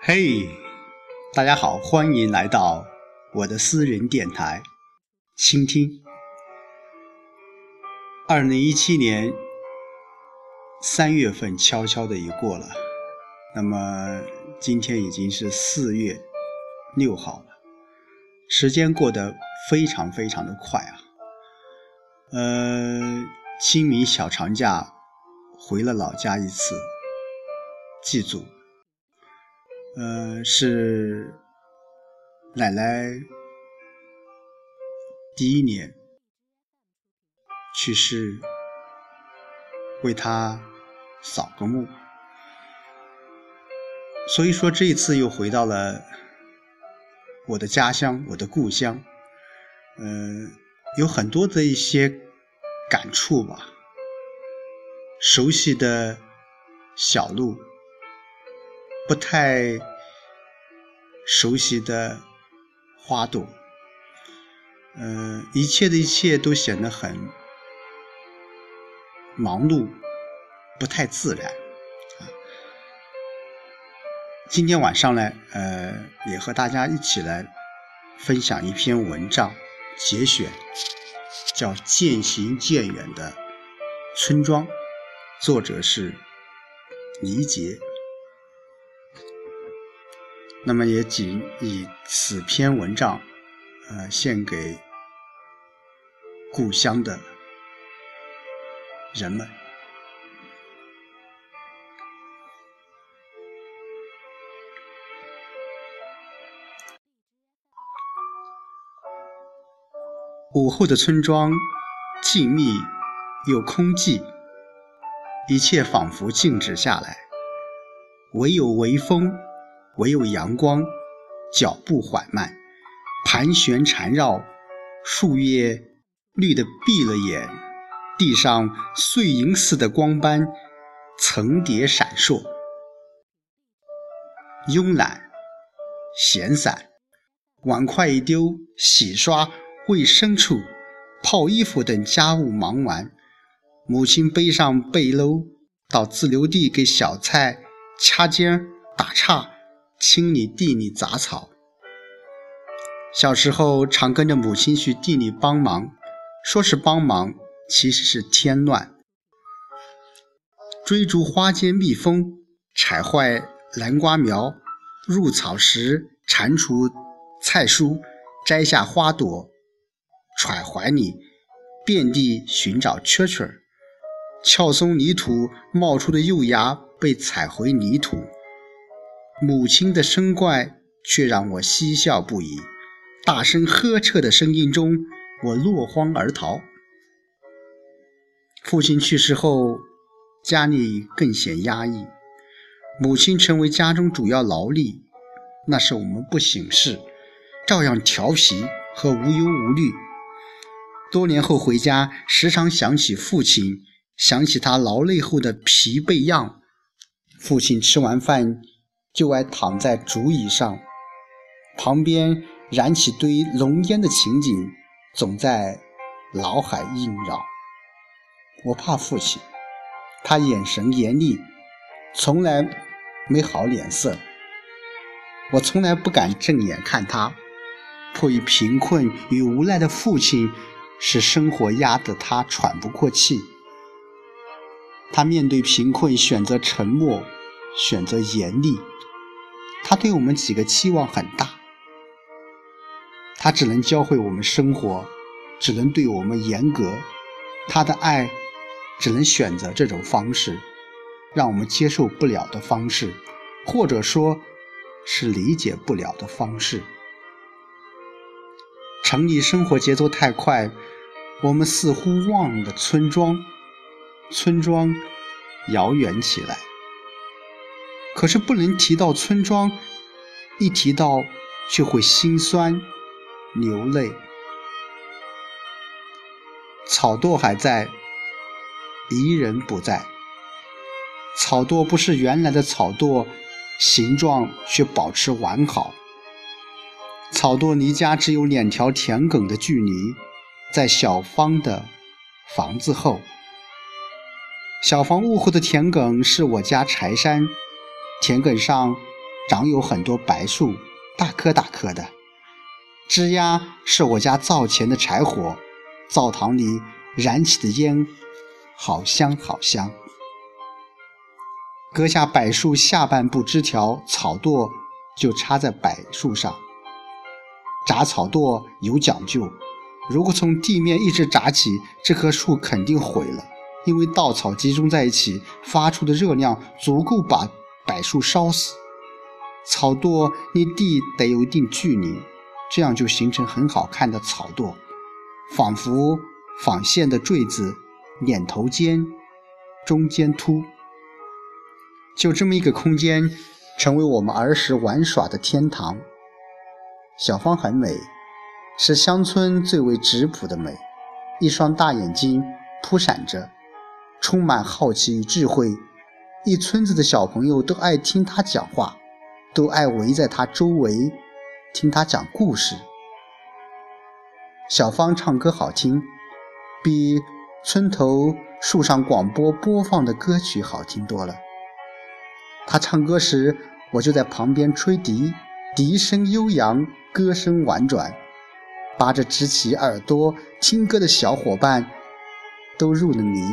嘿，大家好，欢迎来到我的私人电台倾听。2017年3月份悄悄的已过了，那么今天已经是4月6号了，时间过得非常非常的快啊。清明小长假回了老家一次祭祖，是奶奶第1年去世，为她扫个墓，所以说这一次又回到了我的家乡，我的故乡，有很多的一些感触吧。熟悉的小路，不太熟悉的花朵，一切的一切都显得很忙碌，不太自然。今天晚上呢，也和大家一起来分享一篇文章节选，叫《渐行渐远的村庄》，作者是倪杰。那么也仅以此篇文章献给故乡的人们。午后的村庄静谧又空寂，一切仿佛静止下来，唯有微风，唯有阳光，脚步缓慢，盘旋缠绕，树叶绿得闭了眼，地上碎银似的光斑层叠闪烁。慵懒闲散，碗筷一丢，洗刷喂牲畜，泡衣服等家务忙完，母亲背上背篓到自留地给小菜掐尖打岔，清理地里杂草。小时候常跟着母亲去地里帮忙，说是帮忙，其实是添乱。追逐花间蜜蜂，踩坏南瓜苗，入草时铲除菜蔬，摘下花朵揣怀里，遍地寻找蛐蛐，撬松泥土冒出的幼芽被踩回泥土。母亲的声怪却让我嬉笑不已，大声呵斥的声音中，我落荒而逃。父亲去世后，家里更显压抑，母亲成为家中主要劳力。那时我们不省事，照样调皮和无忧无虑。多年后回家，时常想起父亲，想起他劳累后的疲惫样。父亲吃完饭就爱躺在竹椅上，旁边燃起堆浓烟的情景总在脑海萦绕。我怕父亲，他眼神严厉，从来没好脸色，我从来不敢正眼看他。迫于贫困与无奈的父亲，使生活压得他喘不过气。他面对贫困选择沉默，选择严厉。他对我们几个期望很大，他只能教会我们生活，只能对我们严格。他的爱只能选择这种方式，让我们接受不了的方式，或者说是理解不了的方式。城里生活节奏太快，我们似乎忘了村庄，村庄遥远起来。可是不能提到村庄，一提到却会心酸流泪。草垛还在，宜人不在。草垛不是原来的草垛，形状却保持完好。草垛离家只有2条田埂的距离，在小芳的房子后。小房屋后的田埂是我家柴山，田埂上长有很多白树，大棵大棵的。枝丫是我家灶前的柴火，灶堂里燃起的烟好香好香。割下柏树下半部枝条，草垛就插在柏树上。铡草垛有讲究，如果从地面一直铡起，这棵树肯定毁了，因为稻草集中在一起发出的热量足够把柏树烧死。草垛离地得有一定距离，这样就形成很好看的草垛，仿佛纺线的坠子，捻头尖，中间凸。就这么一个空间，成为我们儿时玩耍的天堂。小芳很美，是乡村最为质朴的美，一双大眼睛扑闪着，充满好奇与智慧，一村子的小朋友都爱听她讲话，都爱围在她周围听她讲故事。小芳唱歌好听，比村头树上广播播放的歌曲好听多了。她唱歌时，我就在旁边吹笛，笛声悠扬，歌声婉转，把着支起耳朵听歌的小伙伴都入了迷。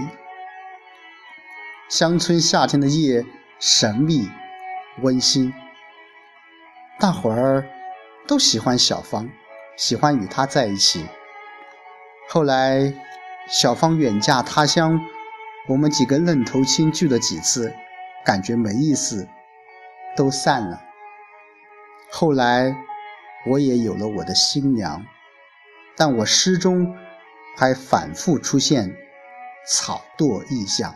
乡村夏天的夜神秘温馨，大伙儿都喜欢小芳，喜欢与她在一起。后来小芳远嫁他乡，我们几个愣头青聚了几次，感觉没意思，都散了。后来我也有了我的新娘，但我诗中还反复出现草垛意象。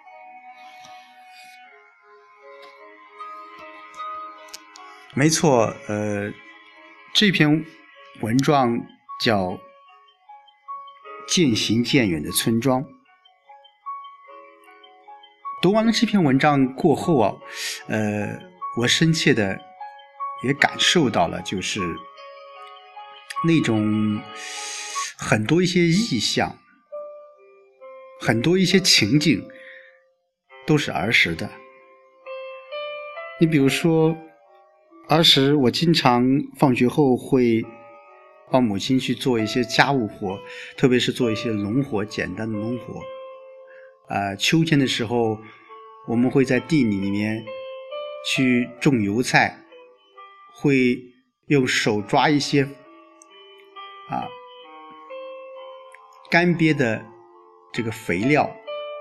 没错，这篇文章叫《渐行渐远的村庄》。读完了这篇文章过后啊，我深切的也感受到了，就是那种很多一些意象，很多一些情景都是儿时的。你比如说，儿时我经常放学后会帮母亲去做一些家务活，特别是做一些农活，简单的农活。秋天的时候，我们会在地里面去种油菜，会用手抓一些干瘪的这个肥料，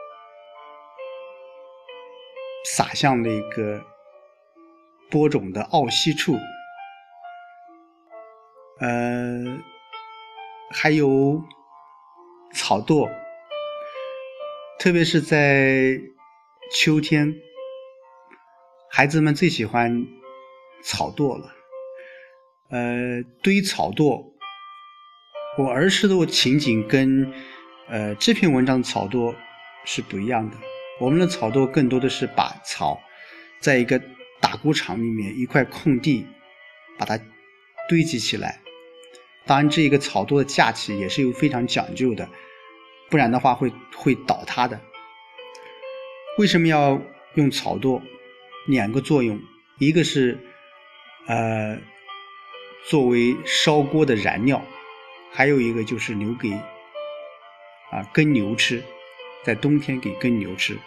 撒向那个播种的奥西处。还有草垛，特别是在秋天，孩子们最喜欢草垛了。堆草垛，我儿时的情景跟这篇文章的草垛是不一样的。我们的草垛更多的是把草在一个打谷场里面一块空地把它堆积起来。当然这个草垛的架起也是有非常讲究的，不然的话会倒塌的。为什么要用草垛？两个作用，一个是作为烧锅的燃料，还有一个就是留给耕牛吃，在冬天给耕牛吃。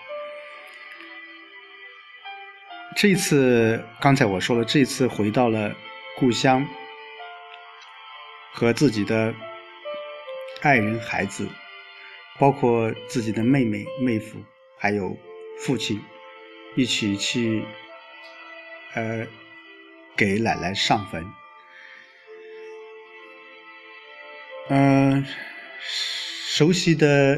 这次刚才我说了，这次回到了故乡，和自己的爱人孩子，包括自己的妹妹妹夫还有父亲一起去给奶奶上坟。熟悉的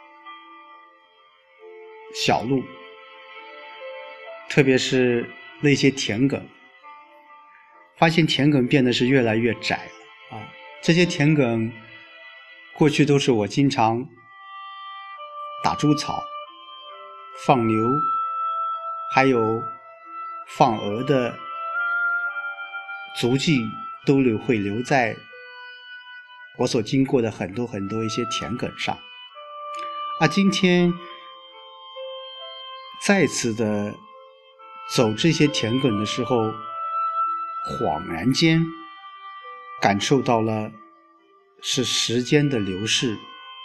小路，特别是那些田埂，发现田埂变得是越来越窄了这些田埂过去都是我经常打猪草、放牛还有放鹅的足迹，都会留在我所经过的很多一些田埂上。今天再次的走这些田埂的时候， 恍然间感受到了是时间的流逝，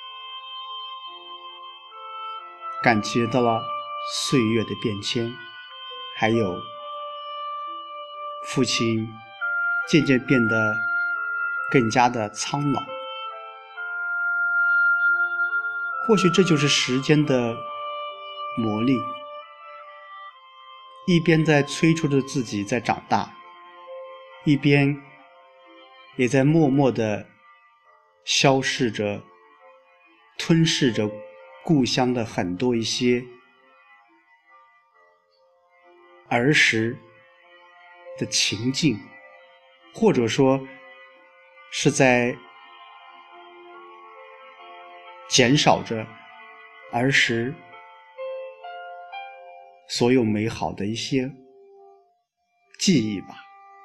感觉到了岁月的变迁，还有父亲渐渐变得更加的苍老。或许这就是时间的魔力，一边在催促着自己在长大，一边也在默默地消逝着、吞噬着故乡的很多一些儿时的情境，或者说是在减少着儿时所有美好的一些记忆吧。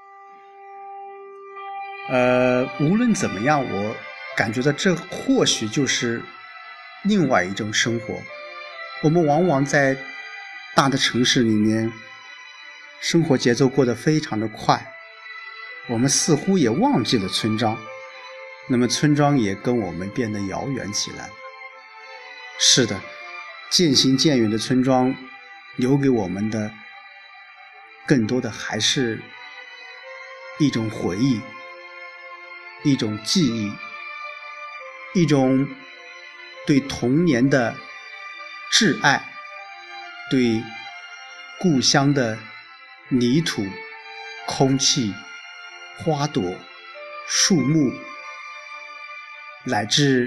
无论怎么样，我感觉到这或许就是另外一种生活。我们往往在大的城市里面，生活节奏过得非常的快，我们似乎也忘记了村庄，那么村庄也跟我们变得遥远起来。是的，渐行渐远的村庄留给我们的更多的还是一种回忆，一种记忆，一种对童年的挚爱，对故乡的泥土、空气、花朵、树木，乃至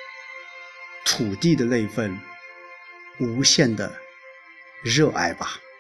土地的那份无限的热爱吧。